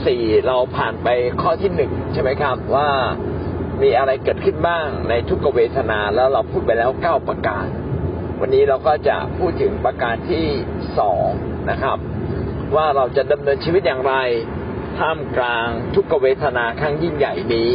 4เราผ่านไปข้อที่1ใช่ไหมครับว่ามีอะไรเกิดขึ้นบ้างในทุกขเวทนาแล้วเราพูดไปแล้ว9ประการวันนี้เราก็จะพูดถึงประการที่2นะครับว่าเราจะดำเนินชีวิตอย่างไรท่ามกลางทุกขเวทนาครั้งยิ่งใหญ่นี้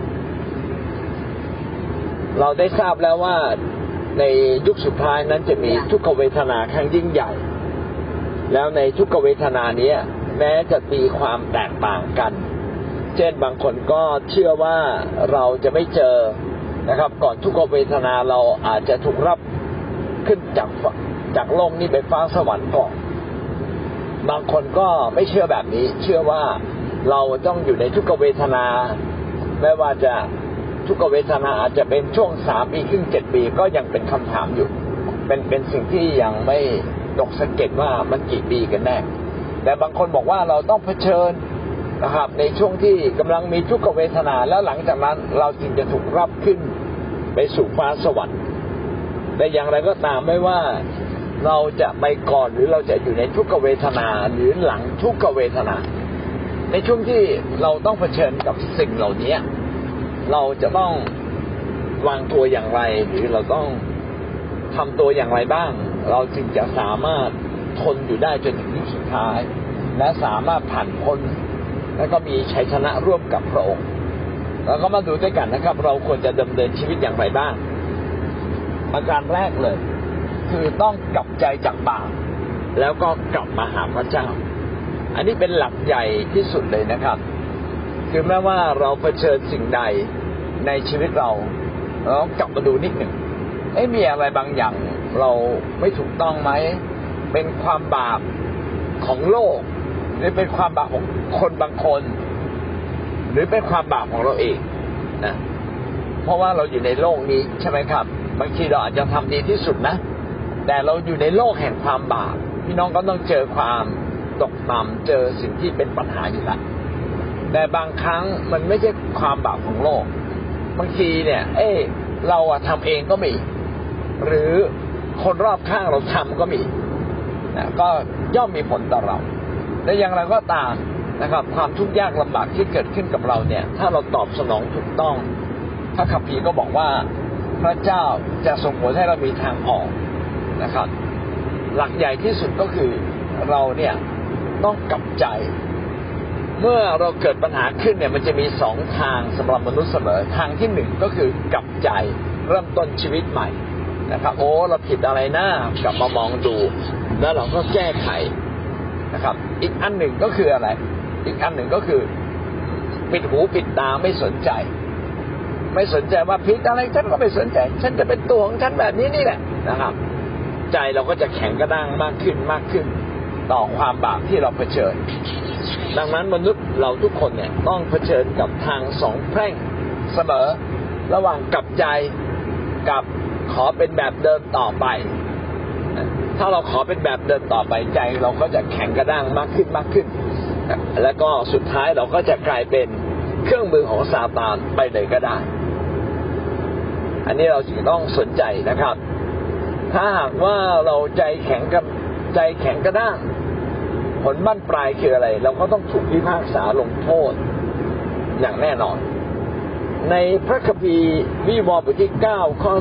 เราได้ทราบแล้วว่าในยุคสุดท้ายนั้นจะมีทุกขเวทนาครั้งยิ่งใหญ่แล้วในทุกขเวทนานี้แม้จะตีความแตกต่างกันเช่นบางคนก็เชื่อว่าเราจะไม่เจอนะครับก่อนทุกขเวทนาเราอาจจะถูกรับขึ้นจากโลกนี้ไปฟ้าสวรรค์ก่อนบางคนก็ไม่เชื่อแบบนี้เชื่อว่าเราต้องอยู่ในทุกขเวทนาไม่ว่าจะทุกขเวทนาอาจจะเป็นช่วง3 ปีครึ่ง7 ปีก็ยังเป็นคำถามอยู่เป็นสิ่งที่ยังไม่ตกสะเก็ดว่ามันกี่ปีกันแน่แต่บางคนบอกว่าเราต้องเผชิญนะครับในช่วงที่กำลังมีทุกขเวทนาแล้วหลังจากนั้นเราจึงจะถูกรับขึ้นไปสู่ฟ้าสวรรค์แต่อย่างไรก็ตามไม่ว่าเราจะไปก่อนหรือเราจะอยู่ในทุกขเวทนาหรือหลังทุกขเวทนาในช่วงที่เราต้องเผชิญกับสิ่งเหล่านี้เราจะต้องวางตัวอย่างไรหรือเราต้องทำตัวอย่างไรบ้างเราจึงจะสามารถทนอยู่ได้จนถึงที่สุดท้ายและสามารถผ่านพ้นและก็มีชัยชนะร่วมกับพระองค์แล้วก็มาดูด้วยกันนะครับเราควรจะดำเนินชีวิตอย่างไรบ้างประการแรกเลยคือต้องกลับใจจากบาปแล้วก็กลับมาหาพระเจ้าอันนี้เป็นหลักใหญ่ที่สุดเลยนะครับคือแม้ว่าเราเผชิญสิ่งใดในชีวิตเรากลับมาดูนิดหนึ่งมีอะไรบางอย่างเราไม่ถูกต้องไหมเป็นความบาปของโลกหรือเป็นความบาปของคนบางคนหรือเป็นความบาปของเราเองนะเพราะว่าเราอยู่ในโลกนี้ใช่ไหมครับบางทีเราอาจจะทำดีที่สุดนะแต่เราอยู่ในโลกแห่งความบาปพี่น้องก็ต้องเจอความตกต่ำเจอสิ่งที่เป็นปัญหาอยู่แล้วแต่บางครั้งมันไม่ใช่ความบาปของโลกบางทีเนี่ยเราทำเองก็มีหรือคนรอบข้างเราทำก็มีนะก็ย่อมมีผลต่อเราและอย่างไรก็ตามนะครับความทุกข์ยากลำบากที่เกิดขึ้นกับเราเนี่ยถ้าเราตอบสนองถูกต้องพระคัมภีร์ก็บอกว่าพระเจ้าจะส่งผลให้เรามีทางออกนะครับหลักใหญ่ที่สุดก็คือเราเนี่ยต้องกลับใจเมื่อเราเกิดปัญหาขึ้นเนี่ยมันจะมี2 ทางสำหรับมนุษย์เสมอทางที่1ก็คือกลับใจเริ่มต้นชีวิตใหม่นะครับเราผิดอะไรนะกลับมามองดูแล้วเราก็แก้ไขนะครับอีกอันหนึ่งก็คืออะไรอีกอันหนึ่งก็คือปิดหูปิดตาไม่สนใจว่าผิดอะไรฉันก็ไม่สนใจฉันจะเป็นตัวของฉันแบบนี้นี่แหละนะครับใจเราก็จะแข็งกระด้างมากขึ้นต่อความบาปที่เราเผชิญดังนั้นมนุษย์เราทุกคนเนี่ยต้องเผชิญกับทาง2 แพร่งเสมอระหว่างกลับใจกับขอเป็นแบบเดิมต่อไปถ้าเราขอเป็นแบบเดิมต่อไปใจเราก็จะแข็งกระด้างมากขึ้นแล้วก็สุดท้ายเราก็จะกลายเป็นเครื่องมือของซาตานไปเลยก็ได้อันนี้เราจึงต้องสนใจนะครับถ้าหากว่าเราใจแข็งกระด้างผลบั้นปลายคืออะไรเราก็ต้องถูกพิพากษาลงโทษอย่างแน่นอนในพระคัมภีร์วิวรณ์บทที่9ข้อ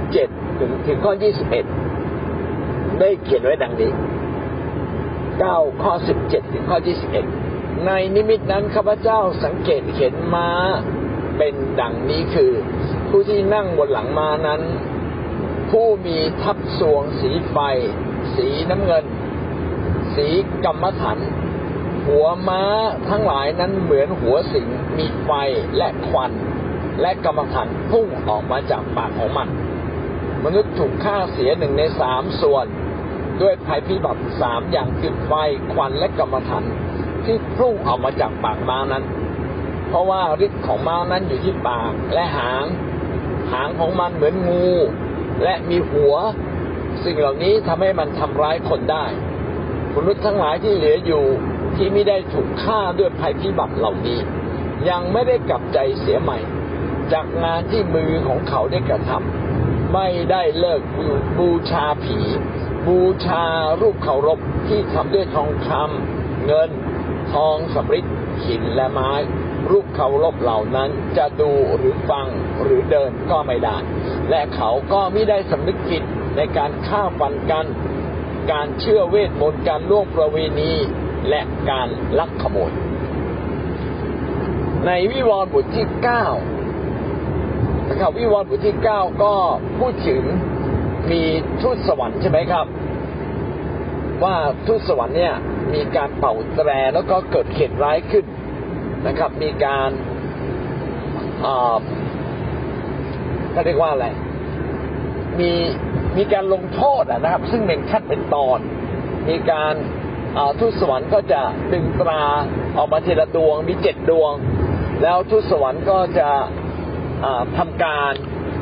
17ถึงข้อ21ได้เขียนไว้ดังนี้9ข้อ17ถึงข้อ21ในนิมิตนั้นข้าพเจ้าสังเกตเห็นม้าเป็นดังนี้คือผู้ที่นั่งบนหลังม้านั้นผู้มีทับทรวงสีไฟสีน้ำเงินสีกรรมถันหัวม้าทั้งหลายนั้นเหมือนหัวสิงมีไฟและควันและกรรมถันพุ่งออกมาจากปากของมันมนุษย์ถูกฆ่าเสีย1 ใน 3ส่วนด้วยภัยพิบัติ3อย่างคือไฟควันและกรรมถันที่พุ่งออกมาจากปากม้านั้นเพราะว่าฤทธิ์ของม้านั้นอยู่ที่ปากและหางของมันเหมือนงูและมีหัวสิ่งเหล่านี้ทำให้มันทำร้ายคนได้มนุษย์ทั้งหลายที่เหลืออยู่ที่ไม่ได้ถูกฆ่าด้วยภัยพิบัติเหล่านี้ยังไม่ได้กลับใจเสียใหม่จากงานที่มือของเขาได้กระทำไม่ได้เลิกบูชาผีบูชารูปเคารพที่ทำด้วยทองคำเงินทองสำริดหินและไม้รูปเคารพเหล่านั้นจะดูหรือฟังหรือเดินก็ไม่ได้และเขาก็ไม่ได้สำนึกผิดในการฆ่าฟันกันการเชื่อเวทมนต์การล่วงประเวณีและการลักขโมยในวิวรณ์บทที่9นะครับวิวรณ์บทที่9ก็พูดถึงมีทูตสวรรค์ใช่ไหมครับว่าทูตสวรรค์เนี่ยมีการเป่าแตรแล้วก็เกิดเหตุร้ายขึ้นนะครับมีการเขาเรียกว่าอะไรมีการลงโทษนะครับซึ่งเป็นขั้นเป็นตอนมีการทูตสวรรค์ก็จะดึงตราออกมาทีละดวงมี7ดวงแล้วทูตสวรรค์ก็จะทำการ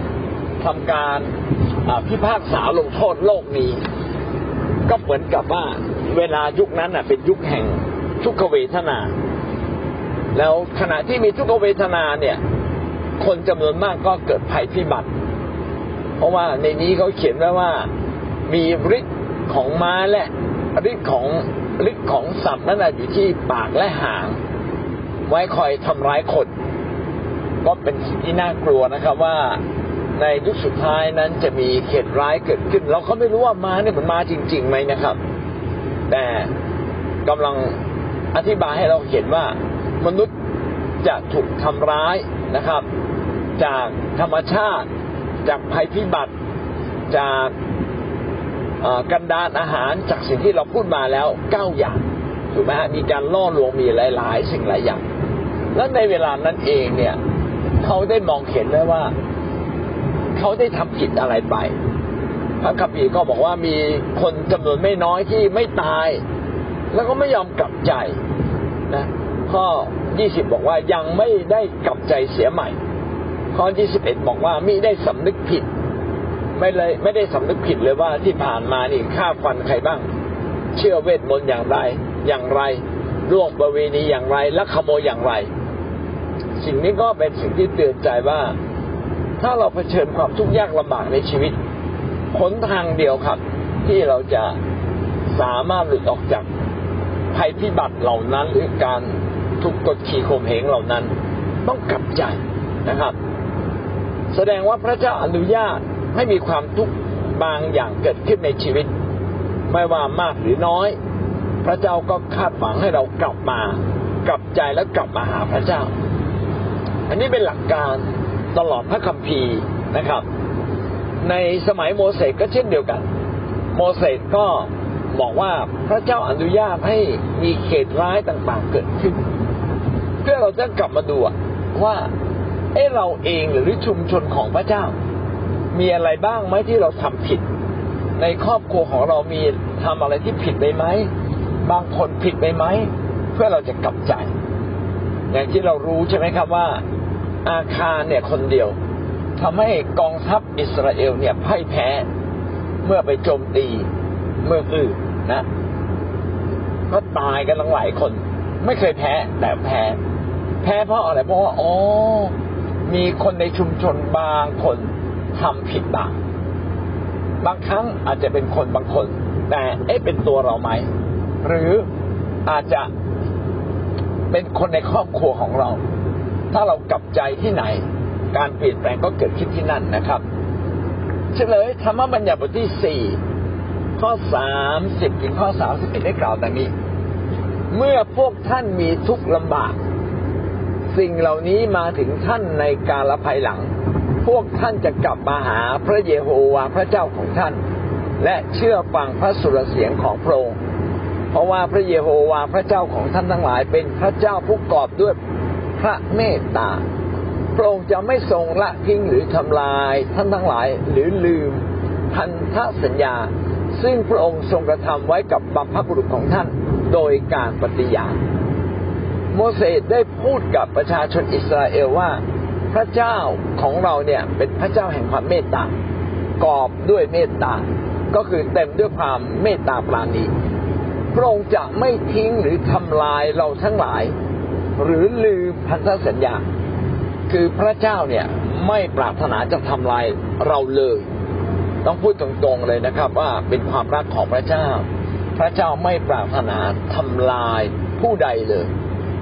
พิพากษาลงโทษโลกนี้ก็เหมือนกับว่าเวลายุคนั้นเป็นยุคแห่งทุกขเวทนาแล้วขณะที่มีทุกขเวทนาเนี่ยคนจำนวนมากก็เกิดภัยพิบัติเพราะว่าในนี้เขาเขียนไว้ว่ามีฤทธิ์ของม้าและฤทธิ์ของสัตว์นั้นอยู่ที่ปากและหางไว้คอยทำร้ายคนก็เป็นสิ่งที่น่ากลัวนะครับว่าในยุคสุดท้ายนั้นจะมีเหตุร้ายเกิดขึ้นเราก็ไม่รู้ว่าม้าเนี่ยมันมาจริงๆไหมนะครับแต่กำลังอธิบายให้เราเห็นว่ามนุษย์จะถูกทำร้ายนะครับจากธรรมชาติจากภัยพิบัติจากกันดารอาหารจากสิ่งที่เราพูดมาแล้ว9อย่างถูกไหมฮะมีการล่อลวงมีหลายๆสิ่งหลายอย่างและในเวลานั้นเองเนี่ยเขาได้มองเห็นเลยว่าเขาได้ทำผิดอะไรไปพระคัมภีร์ก็บอกว่ามีคนจำนวนไม่น้อยที่ไม่ตายแล้วก็ไม่ยอมกลับใจนะข้อ20บอกว่ายังไม่ได้กลับใจเสียใหม่ข้อ21บอกว่ามิได้สำนึกผิดไม่ได้สำนึกผิดเลยว่าที่ผ่านมานี่ฆ่าฟันใครบ้างเชื่อเวทมนต์อย่างไรล่วงประเวณีอย่างไรลักขโมยอย่างไรสิ่งนี้ก็เป็นสิ่งที่เตือนใจว่าถ้าเราเผชิญความทุกข์ยากลำบากในชีวิตหนทางเดียวครับที่เราจะสามารถหลุดออกจากภัยพิบัติเหล่านั้นหรือการถูกกดขี่ข่มเหงเหล่านั้นต้องกลับใจนะครับแสดงว่าพระเจ้าอนุญาตให้มีความทุกข์บางอย่างเกิดขึ้นในชีวิตไม่ว่ามากหรือน้อยพระเจ้าก็คาดหวังให้เรากลับใจแล้วกลับมาหาพระเจ้าอันนี้เป็นหลักการตลอดพระคัมภีร์นะครับในสมัยโมเสสก็เช่นเดียวกันโมเสสก็บอกว่าพระเจ้าอนุญาตให้มีเหตุร้ายต่างๆเกิดขึ้นเพื่อเราจะกลับมาดูว่าเราเองหรือชุมชนของพระเจ้ามีอะไรบ้างไหมที่เราทำผิดในครอบครัวของเรามีทำอะไรที่ผิดไปไหมบางคนผิดไปไหมเพื่อเราจะกลับใจอย่างที่เรารู้ใช่ไหมครับว่าอาคาเนี่ยคนเดียวทำให้กองทัพอิสราเอลเนี่ยพ่ายแพ้เมื่อไปโจมตีเมืองอื่นนะก็ตายกันหลายคนไม่เคยแพ้แต่แพ้เพราะอะไรเพราะว่ามีคนในชุมชนบางคนทำผิดบางครั้งอาจจะเป็นคนบางคนแต่เป็นตัวเราไหมหรืออาจจะเป็นคนในครอบครัวของเราถ้าเรากลับใจที่ไหนการเปลี่ยนแปลงก็เกิดขึ้นที่นั่นนะครับเฉลยธรรมบัญญัติบทที่4ข้อ30ถึงข้อ31ได้กล่าวดังนี้เมื่อพวกท่านมีทุกข์ลำบากสิ่งเหล่านี้มาถึงท่านในกาลภายหลังพวกท่านจะกลับมาหาพระเยโฮวาห์พระเจ้าของท่านและเชื่อฟังพระสุรเสียงของพระองค์เพราะว่าพระเยโฮวาห์พระเจ้าของท่านทั้งหลายเป็นพระเจ้าผู้กอบด้วยพระเมตตาพระองค์จะไม่ทรงละทิ้งหรือทำลายท่านทั้งหลายหรือลืมพันธสัญญาซึ่งพระองค์ทรงกระทำไว้กับบัพพบุรุษของท่านโดยการปฏิญาณโมเสสได้พูดกับประชาชนอิสราเอลว่าพระเจ้าของเราเนี่ยเป็นพระเจ้าแห่งความเมตตากอบด้วยเมตตาก็คือเต็มด้วยความเมตตาปราณีพระองค์จะไม่ทิ้งหรือทำลายเราทั้งหลายหรือลืมพันธสัญญาคือพระเจ้าเนี่ยไม่ปรารถนาจะทำลายเราเลยต้องพูดตรงๆเลยนะครับว่าเป็นความรักของพระเจ้าพระเจ้าไม่ปรารถนาทำลายผู้ใดเลย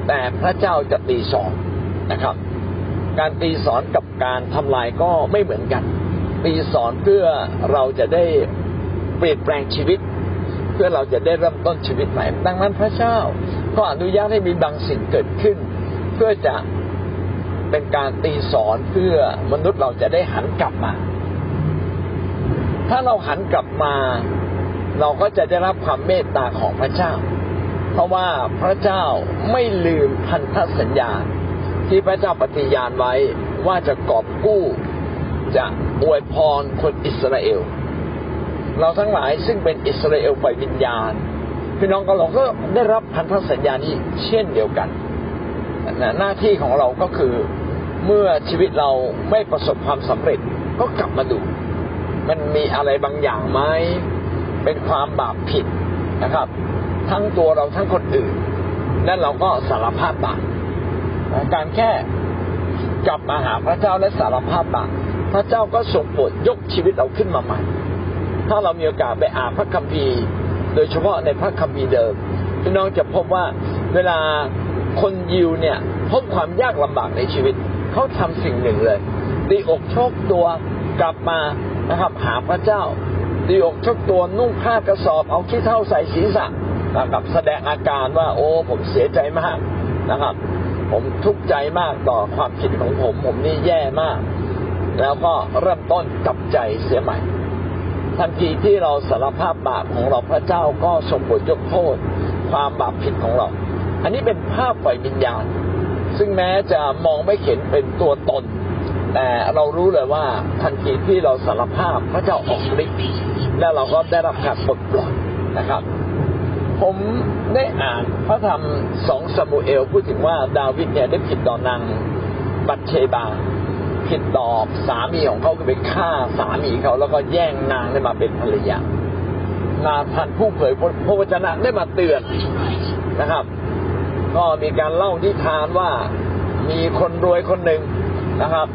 แต่พระเจ้าจะตีสอนนะครับการตีสอนกับการทำลายก็ไม่เหมือนกันตีสอนเพื่อเราจะได้เปลี่ยนแปลงชีวิตเพื่อเราจะได้เริ่มต้นชีวิตใหม่ดังนั้นพระเจ้าก็อนุญาตให้มีบางสิ่งเกิดขึ้นเพื่อจะเป็นการตีสอนเพื่อมนุษย์เราจะได้หันกลับมาถ้าเราหันกลับมาเราก็จะได้รับความเมตตาของพระเจ้าเพราะว่าพระเจ้าไม่ลืมพันธสัญญาที่พระเจ้าปฏิญาณไว้ว่าจะกอบกู้จะอวยพรคนอิสราเอลเราทั้งหลายซึ่งเป็นอิสราเอลฝ่ายวิญญาณพี่น้องเราก็ได้รับพันธสัญญานี้เช่นเดียวกันหน้าที่ของเราก็คือเมื่อชีวิตเราไม่ประสบความสำเร็จก็กลับมาดูมันมีอะไรบางอย่างไหมเป็นความบาปผิดนะครับทั้งตัวเราทั้งคนอื่นและเราก็สารภาพบาปการแค่กลับมาหาพระเจ้าและสารภาพบาปพระเจ้าก็ทรงโปรดยกชีวิตเราขึ้นมาใหม่ถ้าเรามีโอกาสไปอ่านพระคัมภีร์โดยเฉพาะในพระคัมภีร์เดิมพี่น้องจะพบว่าเวลาคนยิวเนี่ยพบความยากลำบากในชีวิตเขาทำสิ่งหนึ่งเลยตีอกชกตัวกลับมานะครับหาพระเจ้าตีอกชกตัวนุ่งผ้ากระสอบเอาขี้เถ้าใส่ศีรษะนะครับแสดงอาการว่าโอ้ผมเสียใจมากนะครับผมทุกข์ใจมากต่อความผิดของผมนี่แย่มากแล้วก็เริ่มต้นกลับใจเสียใหม่ทันทีที่เราสารภาพบาปของเราพระเจ้าก็ทรงโปรดยกโทษความบาปผิดของเราอันนี้เป็นภาพฝ่ายวิญญาณซึ่งแม้จะมองไม่เห็นเป็นตัวตนแต่เรารู้เลยว่าทันทีที่เราสารภาพพระเจ้าออกฤทธิ์และเราก็ได้รับการปลดปล่อยนะครับผมได้อ่านพระธรรม2ซามูเอลพูดถึงว่าดาวิดเนี่ยได้ผิดต่อนางบัตเชบาผิดต่อสามีของเขาคือไปฆ่าสามีเขาแล้วก็แย่งนางได้มาเป็นภรรยานาธานผู้เผยพระวจนะได้มาเตือนนะครับก็มีการเล่านิทานว่ามีคนรวยคนหนึ่งนะครับ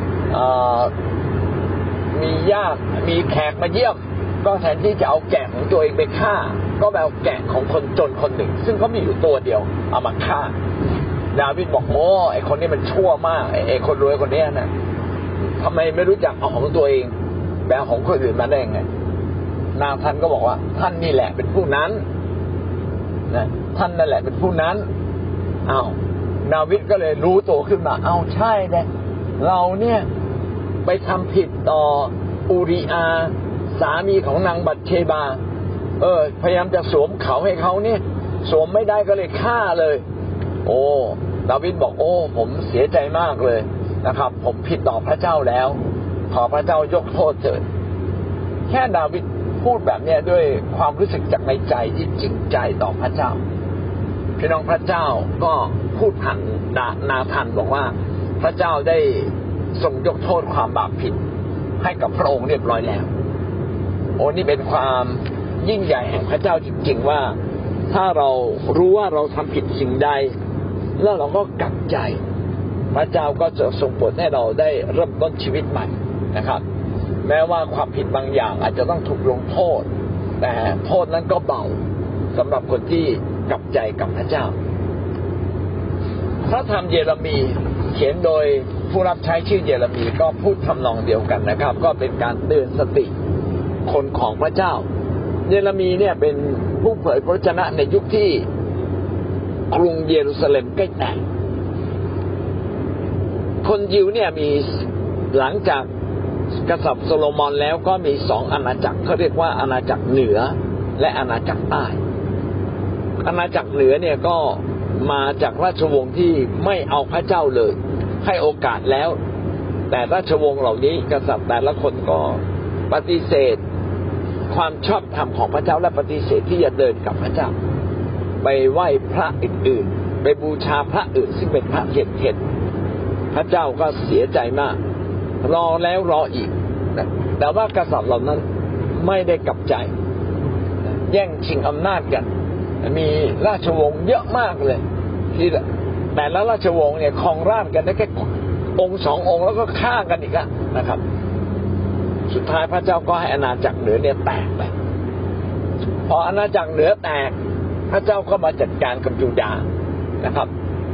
มีญาติมีแขกมาเยี่ยมก็แทนที่จะเอาแกะของตัวเองไปฆ่าก็ไปเอาแกะของคนจนคนหนึ่งซึ่งเขามีอยู่ตัวเดียวเอามาฆ่าดาวิดบอกโอ้ไอคนนี้มันชั่วมากไอคนรวยคนนี้นะทำไมไม่รู้จักเอาของตัวเองแบกของคนอื่นมาได้ไงนาธานก็บอกว่าท่านนี่แหละเป็นผู้นั้นนะท่านนั่นแหละเป็นผู้นั้นอ้าวดาวิดก็เลยรู้ตัวขึ้นมาเอาใช่เลยเราเนี่ยไปทำผิดต่ออูริอาสามีของนางบัตเชบาพยายามจะสวมเขาให้เขาเนี่ยสวมไม่ได้ก็เลยฆ่าเลยโอ้ดาวิดบอกโอ้ผมเสียใจมากเลยนะครับผมผิดต่อพระเจ้าแล้วขอพระเจ้ายกโทษเถิดแค่ดาวิดพูดแบบนี้ด้วยความรู้สึกจากในใจที่จริงใจต่อพระเจ้าพี่น้องพระเจ้าก็พูดผ่านนาธานบอกว่าพระเจ้าได้ทรงยกโทษความบาปผิดให้กับพระองค์เรียบร้อยแล้วโอ้นี่เป็นความยิ่งใหญ่แห่งพระเจ้าจริงๆว่าถ้าเรารู้ว่าเราทำผิดสิ่งใดแล้วเราก็กลับใจพระเจ้าก็จะทรงโปรดให้เราได้เริ่มต้นชีวิตใหม่นะครับแม้ว่าความผิดบางอย่างอาจจะต้องถูกลงโทษแต่โทษนั้นก็เบาสำหรับคนที่กลับใจกับพระเจ้าพระธรรมเยเรมีเขียนโดยผู้รับใช้ชื่อเยเรมีก็พูดทำนองเดียวกันนะครับก็เป็นการเตือนสติคนของพระเจ้าเยเรมีเนี่ยเป็นผู้เผยพระวจนะในยุคที่กรุงเยรูซาเล็มใกล้แตกคนยิวเนี่ยมีหลังจากกษัตริย์โซโลมอนแล้วก็มี2อาณาจักรเขาเรียกว่าอาณาจักรเหนือและอาณาจักรใต้อาณาจักรเหนือเนี่ยก็มาจากราชวงศ์ที่ไม่เอาพระเจ้าเลยให้โอกาสแล้วแต่ราชวงศ์เหล่านี้กษัตริย์แต่ละคนก็ปฏิเสธความชอบธรรมของพระเจ้าและปฏิเสธที่จะเดินกับพระเจ้าไปไหว้พระอื่นๆไปบูชาพระอื่นซึ่งเป็นพระเห็นพระเจ้าก็เสียใจมากรอแล้วรออีกแต่ว่ากษัตริย์เหล่านั้นไม่ได้กลับใจแย่งชิงอำนาจกันมีราชวงศ์เยอะมากเลยที่แต่ละราชวงศ์เนี่ยครองราชย์กันได้แค่องค์2 องค์แล้วก็ฆ่ากันอีกนะครับสุดท้ายพระเจ้าก็ให้อาณาจักรเหนือเนี่ยแตกไปพออาณาจักรเหนือแตกพระเจ้าก็มาจัดการกับยูดาห์นะครับ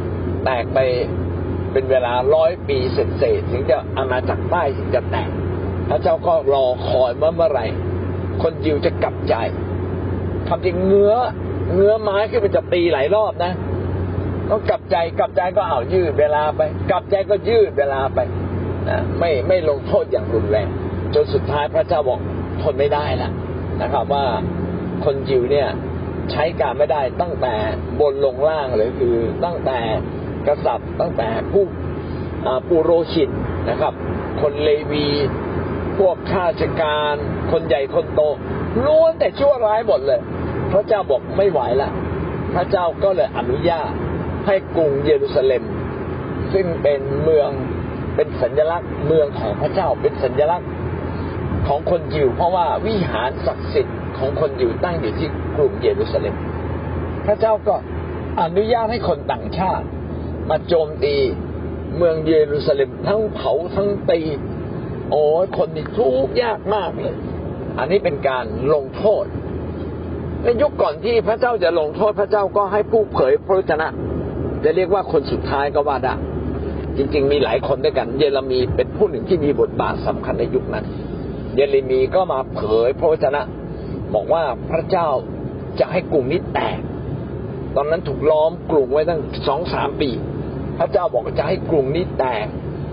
แตกไปเป็นเวลา100 ปีเศษถึงจะอาณาจักรใต้ถึงจะแตกพระเจ้าก็รอคอยว่าเมื่อไหร่คนยิวจะกลับใจทำจริงเงื้อไม้ขึ้นไปจะตีหลายรอบนะต้องกลับใจก็เอายืดเวลาไปกลับใจก็ยืดเวลาไปนะไม่ลงโทษอย่างรุนแรงจนสุดท้ายพระเจ้าบอกทนไม่ได้แล้วนะครับว่าคนยิวเนี่ยใช้การไม่ได้ตั้งแต่บนลงล่างเลยคือตั้งแต่กษัตริย์ตั้งแต่ผู้ปุโรหิตนะครับคนเลวีพวกข้าราชการคนใหญ่คนโตล้วนแต่ชั่วร้ายหมดเลยพระเจ้าบอกไม่ไหวละพระเจ้าก็เลยอนุญาตให้กรุงเยรูซาเล็มซึ่งเป็นเมืองเป็นสัญลักษณ์เมืองของพระเจ้าเป็นสัญลักษณ์ของคนยิวเพราะว่าวิหารศักดิ์สิทธิ์ของคนยิวตั้งอยู่ที่กรุงเยรูซาเล็มพระเจ้าก็อนุญาตให้คนต่างชาติมาโจมตีเมืองเยรูซาเล็มทั้งเผาทั้งตีโอ้ยคนนี่ทุกข์ยากมากเลยอันนี้เป็นการลงโทษในยุคก่อนที่พระเจ้าจะลงโทษพระเจ้าก็ให้ผู้เผยพระวจนะจะเรียกว่าคนสุดท้ายก็ว่าได้จริงๆมีหลายคนด้วยกันเยเรมีเป็นผู้หนึ่งที่มีบทบาทสำคัญในยุคนั้นเยเรมีก็มาเผยพระวจนะบอกว่าพระเจ้าจะให้กรุงนี้แตกตอนนั้นถูกล้อมกรุงไว้ตั้ง 2-3 ปีพระเจ้าบอกจะให้กรุงนี้แตก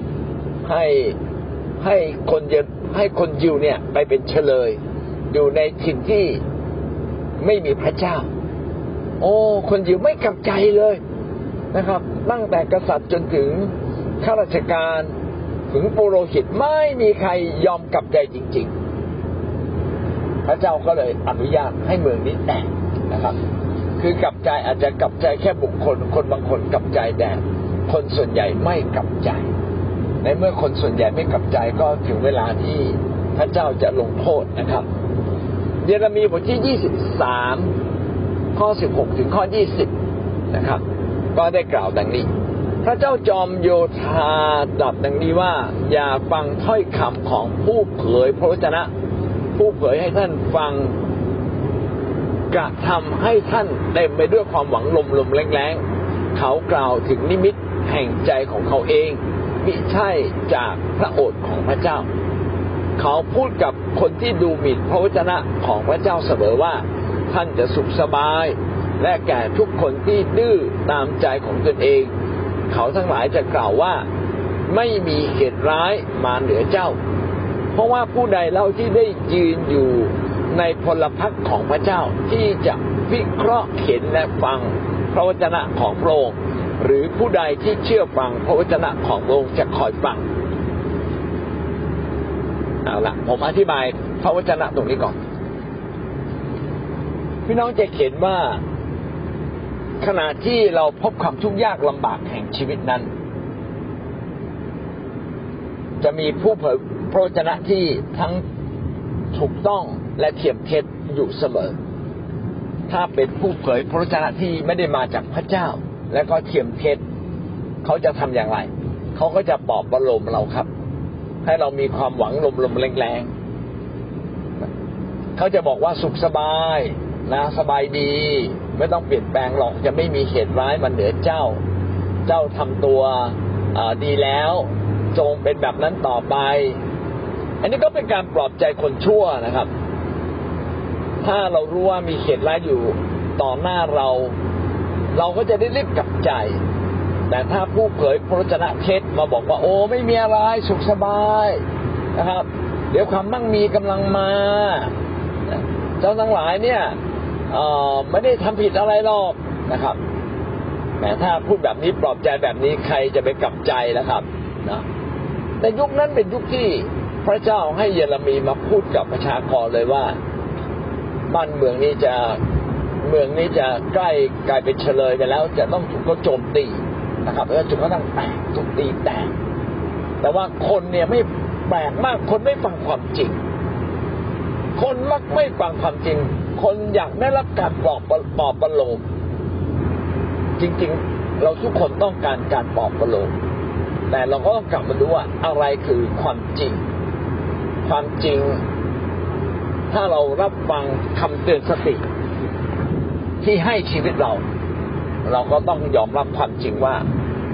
ให้คนยิวเนี่ยไปเป็นเฉลยอยู่ในถิ่นที่ไม่มีพระเจ้าโอ้คนยิวไม่กลับใจเลยนะครับตั้งแต่กษัตริย์จนถึงข้าราชการถึงปุโรหิตไม่มีใครยอมกลับใจจริงๆพระเจ้าก็เลยอนุญาตให้เมืองนี้แตกนะครับคือกลับใจอาจจะกลับใจแค่บุคคลคนบางคนกลับใจแต่คนส่วนใหญ่ไม่กลับใจในเมื่อคนส่วนใหญ่ไม่กลับใจก็ถึงเวลาที่พระเจ้าจะลงโทษนะครับเยเรมีบทที่23ข้อ16ถึงข้อ20นะครับก็ได้กล่าวดังนี้พระเจ้าจอมโยธาตรัสดังนี้ว่าอย่าฟังถ้อยคำของผู้เผยพระวจนะผู้เผยให้ท่านฟังกระทำให้ท่านเต็มไปด้วยความหวังลมแรงๆเขากล่าวถึงนิมิตแห่งใจของเขาเองมิใช่จากพระโอษฐ์ของพระเจ้าเขาพูดกับคนที่ดูหมิ่นพระวจนะของพระเจ้าเสมอว่าท่านจะสุขสบายและแก่ทุกคนที่ดื้อตามใจของตนเองเขาทั้งหลายจะกล่าวว่าไม่มีเหตุร้ายมาเหนือเจ้าเพราะว่าผู้ใดเล่าที่ได้ยืนอยู่ในพลพรรคของพระเจ้าที่จะวิเคราะห์เห็นและฟังพระวจนะของพระองค์หรือผู้ใดที่เชื่อฟังพระวจนะของพระองค์จะคอยฟังเอาละผมอธิบายพระวจนะตรงนี้ก่อนพี่น้องจะเห็นว่าขณะที่เราพบความทุกข์ยากลำบากแห่งชีวิตนั้นจะมีผู้เผยพระวจนะที่ทั้งถูกต้องและเทียมเท็จอยู่เสมอถ้าเป็นผู้เผยพระวจนะที่ไม่ได้มาจากพระเจ้าและก็เทียมเท็จเขาจะทำอย่างไรเขาก็จะปลอบประโลมเราครับให้เรามีความหวังลมแรงๆเขาจะบอกว่าสุขสบายนะสบายดีไม่ต้องเปลี่ยนแปลงหรอกจะไม่มีเหตุร้ายมาเหนือเจ้าทำตัวดีแล้วจงเป็นแบบนั้นต่อไปอันนี้ก็เป็นการปลอบใจคนชั่วนะครับถ้าเรารู้ว่ามีเหตุร้ายอยู่ต่อหน้าเราก็จะได้รีบกลับใจแต่ถ้าผู้เผยพระวจนะเท็จมาบอกว่าโอ้ไม่มีอะไรสุขสบายนะครับเดี๋ยวความมั่งมีกำลังมาเจ้าทั้งหลายเนี่ยไม่ได้ทำผิดอะไรหรอกนะครับแต่ถ้าพูดแบบนี้ปลอบใจแบบนี้ใครจะไปกลับใจล่ะครับนะในยุคนั้นเป็นยุคที่พระเจ้าให้เยเรมีมาพูดกับประชากรเลยว่าบ้านเมืองนี้จะใกล้กลายเป็นเฉลยไปแล้วจะต้องถูกเขาโจมตีนะครับแล้วจุดเขาต้องแตกถูกตีแตกแต่ว่าคนเนี่ยไม่แปลกมากคนไม่ฟังความจริงคนมักไม่ฟังความจริงคนอยากได้รับการปลอบประโลมจริงๆเราทุกคนต้องการการปลอบประโลมแต่เราก็ต้องกลับมาดูว่าอะไรคือความจริงความจริงถ้าเรารับฟังคำเตือนสติที่ให้ชีวิตเราก็ต้องยอมรับความจริงว่า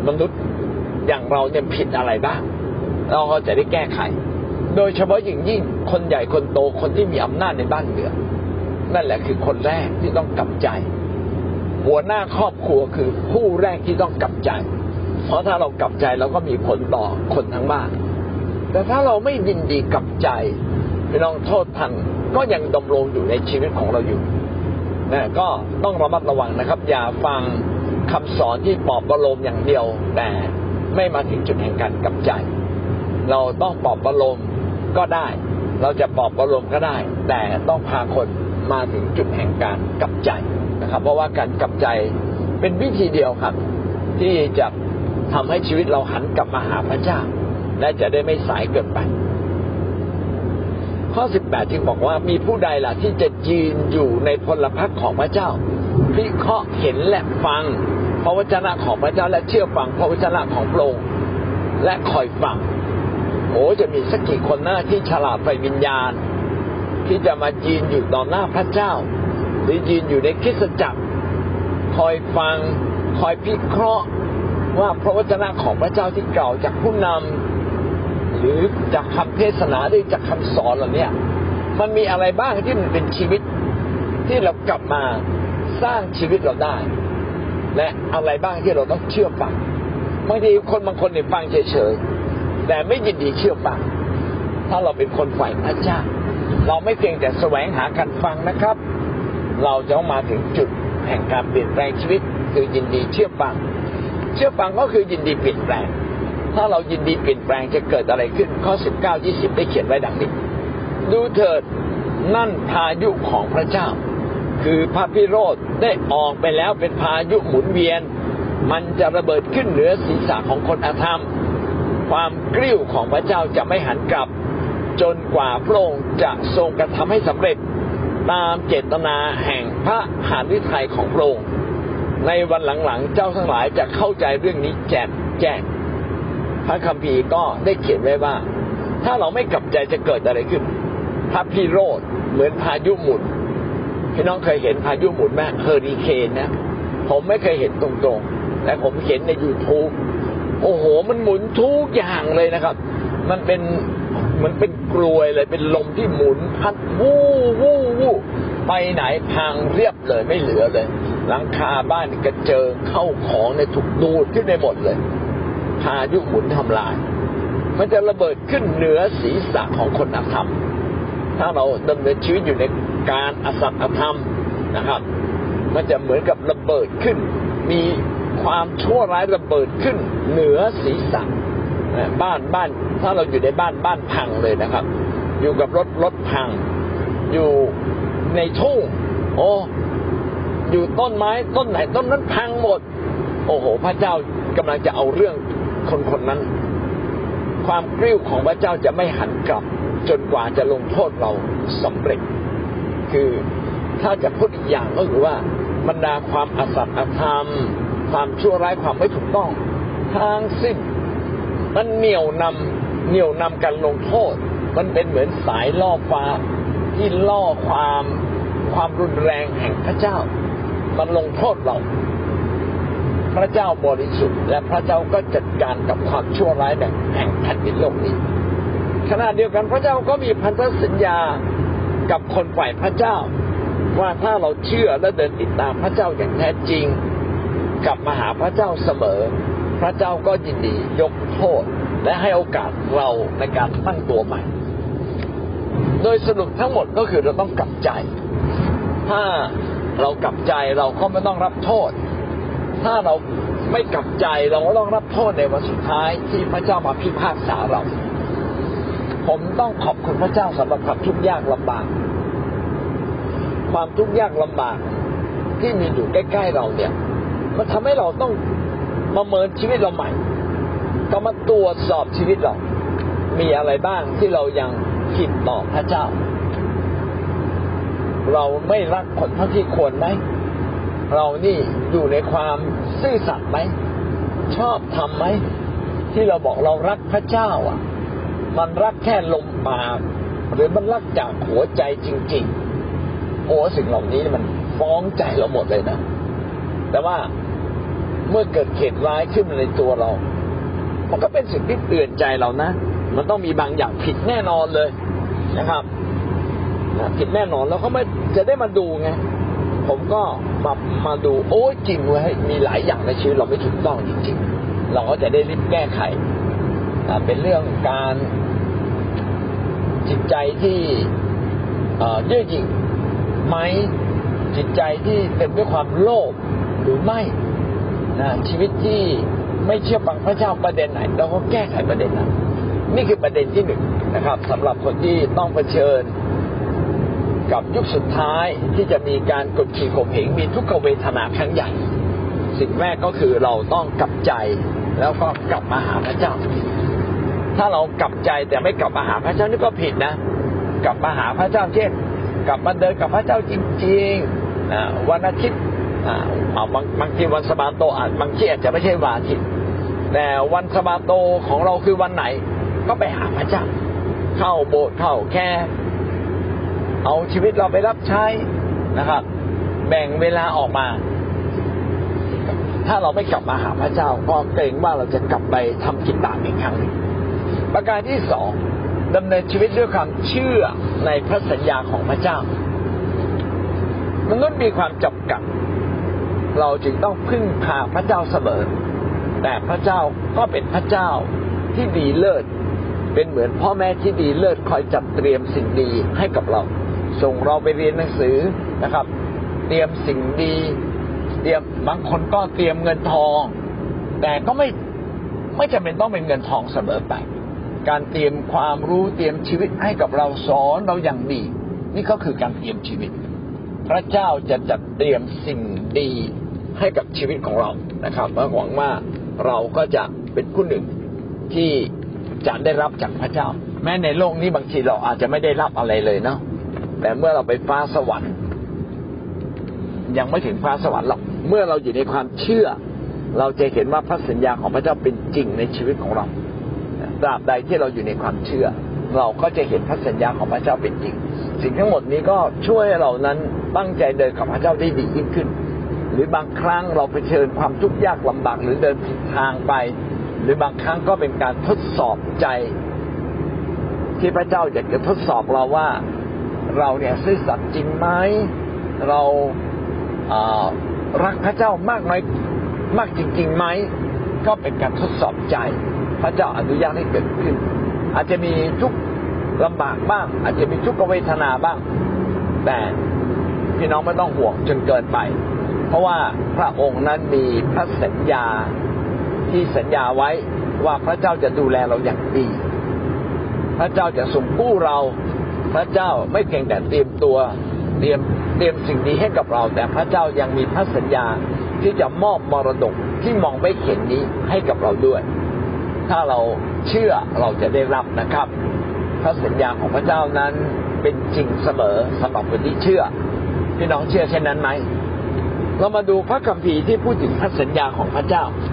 มนุษย์อย่างเราเนี่ยผิดอะไรบ้างเราก็จะได้แก้ไขโดยเฉพาะอย่างยิ่งคนใหญ่คนโตคนที่มีอำนาจในบ้านเมืองนั่นแหละคือคนแรกที่ต้องกลับใจหัวหน้าครอบครัวคือผู้แรกที่ต้องกลับใจเพราะถ้าเรากลับใจเราก็มีผลต่อคนทั้งบ้านแต่ถ้าเราไม่ยินดีกลับใจพี่น้องโทษทันก็ยังดำรงอยู่ในชีวิตของเราอยู่นะก็ต้องระมัดระวังนะครับอย่าฟังคำสอนที่ปลอบประโลมอย่างเดียวแต่ไม่มาถึงจุดแห่งการกลับใจเราต้องปลอบประโลมก็ได้เราจะปลอบประโลมก็ได้แต่ต้องพาคนมาถึงจุดแห่งการกลับใจนะครับเพราะว่าการกลับใจเป็นวิธีเดียวครับที่จะทำให้ชีวิตเราหันกลับมาหาพระเจ้าและจะได้ไม่สายเกินไปข้อ18จึงบอกว่ามีผู้ใดล่ะที่จะยืนอยู่ในพลพรรคของพระเจ้าพิเคราะห์เห็นและฟังพระวจนะของพระเจ้าและเชื่อฟังพระวจนะของพระองค์และคอยฟังจะมีสักกี่คนหน้าที่ฉลาดไฟวิญญาณที่จะมายืนอยู่ต่อหน้าพระเจ้าหรือยืนอยู่ในคริสตจักรคอยฟังคอยพิเคราะห์ว่าพระวจนะของพระเจ้าที่กล่าวจากผู้นำหรือจากคำเทศนาหรือจากคำสอนเหล่านี้มันมีอะไรบ้างที่มันเป็นชีวิตที่เรากลับมาสร้างชีวิตเราได้และอะไรบ้างที่เราต้องเชื่อฟังบางทีคนบางคนเนี่ยฟังเฉยๆแต่ไม่ยินดีเชื่อฟังถ้าเราเป็นคนฝ่ายพระเจ้าเราไม่เพียงแต่แสวงหาการฟังนะครับเราจะต้องมาถึงจุดแห่งการเปลี่ยนแปลงชีวิตคือยินดีเชื่อฟังก็คือยินดีเปลี่ยนแปลงถ้าเรายินดีเปลี่ยนแปลงจะเกิดอะไรขึ้นข้อ19 20ได้เขียนไว้ดังนี้ดูเถิดนั่นพายุของพระเจ้าคือพระพิโรธได้ออกไปแล้วเป็นพายุหมุนเวียนมันจะระเบิดขึ้นเหนือศีรษะของคนอธรรมความกริ้วของพระเจ้าจะไม่หันกลับจนกว่าพระองค์จะทรงกระทำให้สำเร็จตามเจตนาแห่งพระหฤทัยของพระองค์ในวันหลังๆเจ้าทั้งหลายจะเข้าใจเรื่องนี้แจ่มแจ้งพระคัมภีร์ก็ได้เขียนไว้ว่าถ้าเราไม่กลับใจจะเกิดอะไรขึ้นพระพิโรธเหมือนพายุหมุนพี่น้องเคยเห็นพายุหมุนไหมเฮอริเคนนะผมไม่เคยเห็นตรงๆแต่ผมเห็นใน YouTube โอ้โหมันหมุนทุกอย่างเลยนะครับมันเป็นเหมือนเป็นกลวยเลยเป็นลมที่หมุนพัดวู้วู้วู้ไปไหนพังเรียบเลยไม่เหลือเลยหลังคาบ้านกระเจิงเข้าของในถูกดูดขึ้นในหมดเลยพายุหมุนทำลายมันจะระเบิดขึ้นเหนือศีรษะของคนอธรรมถ้าเราดำเนินชีวิตอยู่ในการอสัตย์อธรรมนะครับมันจะเหมือนกับระเบิดขึ้นมีความชั่วร้ายระเบิดขึ้นเหนือศีรษะบ้านถ้าเราอยู่ในบ้านพังเลยนะครับอยู่กับรถพังอยู่ในทุ่งอยู่ต้นไม้ต้นไหนต้นนั้นพังหมดโอ้โหพระเจ้ากำลังจะเอาเรื่องคนนั้นความกริ้วของพระเจ้าจะไม่หันกลับจนกว่าจะลงโทษเราสำเร็จคือถ้าจะพูดอีกอย่างก็คือว่าบรรดาความอสัตย์อธรรมความชั่วร้ายความไม่ถูกต้องทั้งสิ้นมันเหนี่ยวนำการลงโทษมันเป็นเหมือนสายล่อฟ้าที่ล่อความรุนแรงแห่งพระเจ้ามันลงโทษเราพระเจ้าบริสุทธิ์และพระเจ้าก็จัดการกับความชั่วร้ายแห่งแผ่นดินโลกนี้ขณะเดียวกันพระเจ้าก็มีพันธสัญญากับคนฝ่ายพระเจ้าว่าถ้าเราเชื่อและเดินติดตามพระเจ้าอย่างแท้จริงกลับมาหาพระเจ้าเสมอพระเจ้าก็ยินดียกโทษและให้โอกาสเราในการตั้งตัวใหม่โดยสรุปทั้งหมดก็คือเราต้องกลับใจถ้าเรากลับใจเราก็ไม่ต้องรับโทษถ้าเราไม่กลับใจเราก็ต้องรับโทษในวันสุดท้ายที่พระเจ้ามาพิพากษาเราผมต้องขอบคุณพระเจ้าสำหรับความทุกข์ยากลำบากความทุกข์ยากลำบากที่มีอยู่ใกล้ๆเราเนี่ยมันทำให้เราต้องประเมินชีวิตเราใหม่ก็มาตรวจสอบชีวิตเรามีอะไรบ้างที่เรายังผิดต่อพระเจ้าเราไม่รักคนเท่าที่ควรไหมเรานี่อยู่ในความซื่อสัตย์ไหมชอบทำไหมที่เราบอกเรารักพระเจ้ามันรักแค่ลมปากหรือมันรักจากหัวใจจริงๆสิ่งเหล่านี้มันฟ้องใจเราหมดเลยนะแต่ว่าเมื่อเกิดเหตุร้ายขึ้นในตัวเรามันก็เป็นสิ่งที่เตือนใจเรานะมันต้องมีบางอย่างผิดแน่นอนเลยนะครับผิดแน่นอนแล้วก็ไม่จะได้มาดูไงผมก็มาดูโอ้จริงเว้ยมีหลายอย่างในชีวิตเราไม่ถูกต้องจริงๆเราก็จะได้รีบแก้ไขเป็นเรื่องการจิตใจที่เย่อหยิ่งไหมจิตใจที่เต็มด้วยความโลภหรือไม่ชีวิตที่ไม่เชื่อฟังพระเจ้าประเด็นไหนเราก็แก้ไขประเด็นนั้นนี่คือประเด็นที่หนึ่งนะครับสำหรับคนที่ต้องเผชิญกับยุคสุดท้ายที่จะมีการกดขี่ข่มเหงมีทุกขเวทนาครั้งใหญ่สิ่งแรกก็คือเราต้องกลับใจแล้วก็กลับมาหาพระเจ้าถ้าเรากลับใจแต่ไม่กลับมาหาพระเจ้านี่ก็ผิดนะกลับมาหาพระเจ้าเช่นกลับมาเดินกับพระเจ้าจริงๆวันอาทิตย์บางทีวันสะบาโตบางทีอาจจะไม่ใช่วันอาทิตย์แต่วันสะบาโตของเราคือวันไหนก็ไปหาพระเจ้าเข้าโบสถ์เข้าแค่เอาชีวิตเราไปรับใช้นะครับแบ่งเวลาออกมาถ้าเราไม่กลับมาหาพระเจ้าก็เกรงว่าเราจะกลับไปทำกิจบาปอีกครั้งนึงประการที่สองดำเนินชีวิตด้วยความเชื่อในพระสัญญาของพระเจ้ามนุษย์มีความจำกัดเราจึงต้องพึ่งพาพระเจ้าเสมอแต่พระเจ้าก็เป็นพระเจ้าที่ดีเลิศเป็นเหมือนพ่อแม่ที่ดีเลิศคอยจัดเตรียมสิ่งดีให้กับเราส่งเราไปเรียนหนังสือนะครับเตรียมสิ่งดีเตรียมบางคนก็เตรียมเงินทองแต่ก็ไม่จำเป็นต้องเป็นเงินทองเสมอไปการเตรียมความรู้เตรียมชีวิตให้กับเราสอนเราอย่างดีนี่ก็คือการเตรียมชีวิตพระเจ้าจะจัดเตรียมสิ่งดีให้กับชีวิตของเรานะครับและหวังว่าเราก็จะเป็นผู้หนึ่งที่จะได้รับจากพระเจ้าแม้ในโลกนี้บางทีเราอาจจะไม่ได้รับอะไรเลยเนาะแต่เมื่อเราไปฟ้าสวรรค์ยังไม่ถึงฟ้าสวรรค์หรอกเมื่อเราอยู่ในความเชื่อเราจะเห็นว่าพระสัญญาของพระเจ้าเป็นจริงในชีวิตของเราตราบใดที่เราอยู่ในความเชื่อเราก็จะเห็นพระสัญญาของพระเจ้าเป็นจริงสิ่งทั้งหมดนี้ก็ช่วยให้เรานั้นตั้งใจเดินกับพระเจ้าได้ดียิ่งขึ้นหรือบางครั้งเราเผชิญความทุกข์ยากลำบากหรือเดินผิดทางไปหรือบางครั้งก็เป็นการทดสอบใจที่พระเจ้าอยากจะทดสอบเราว่าเราเนี่ยซื่อสัตย์จริงไหมเรารักพระเจ้ามากน้อยมากจริงๆไหมก็เป็นการทดสอบใจพระเจ้าอนุญาตให้เกิดขึ้นอาจจะมีทุกข์ลำบากบ้างอาจจะมีทุกขเวทนาบ้างแต่พี่น้องไม่ต้องห่วงจนเกินไปเพราะว่าพระองค์นั้นมีพระสัญญาที่สัญญาไว้ว่าพระเจ้าจะดูแลเราอย่างดีพระเจ้าจะทรงกู้เราพระเจ้าไม่เพียงแต่เตรียมตัวเตรียมสิ่งดีให้กับเราแต่พระเจ้ายังมีพระสัญญาที่จะมอบมรดกที่มองไม่เห็นนี้ให้กับเราด้วยถ้าเราเชื่อเราจะได้รับนะครับพระสัญญาของพระเจ้านั้นเป็นจริงเสมอสำหรับคนที่เชื่อพี่น้องเชื่อเช่นนั้นไหมเรามาดูพระคัมภีร์ที่พูดถึงพระสัญญาของพระเจ้า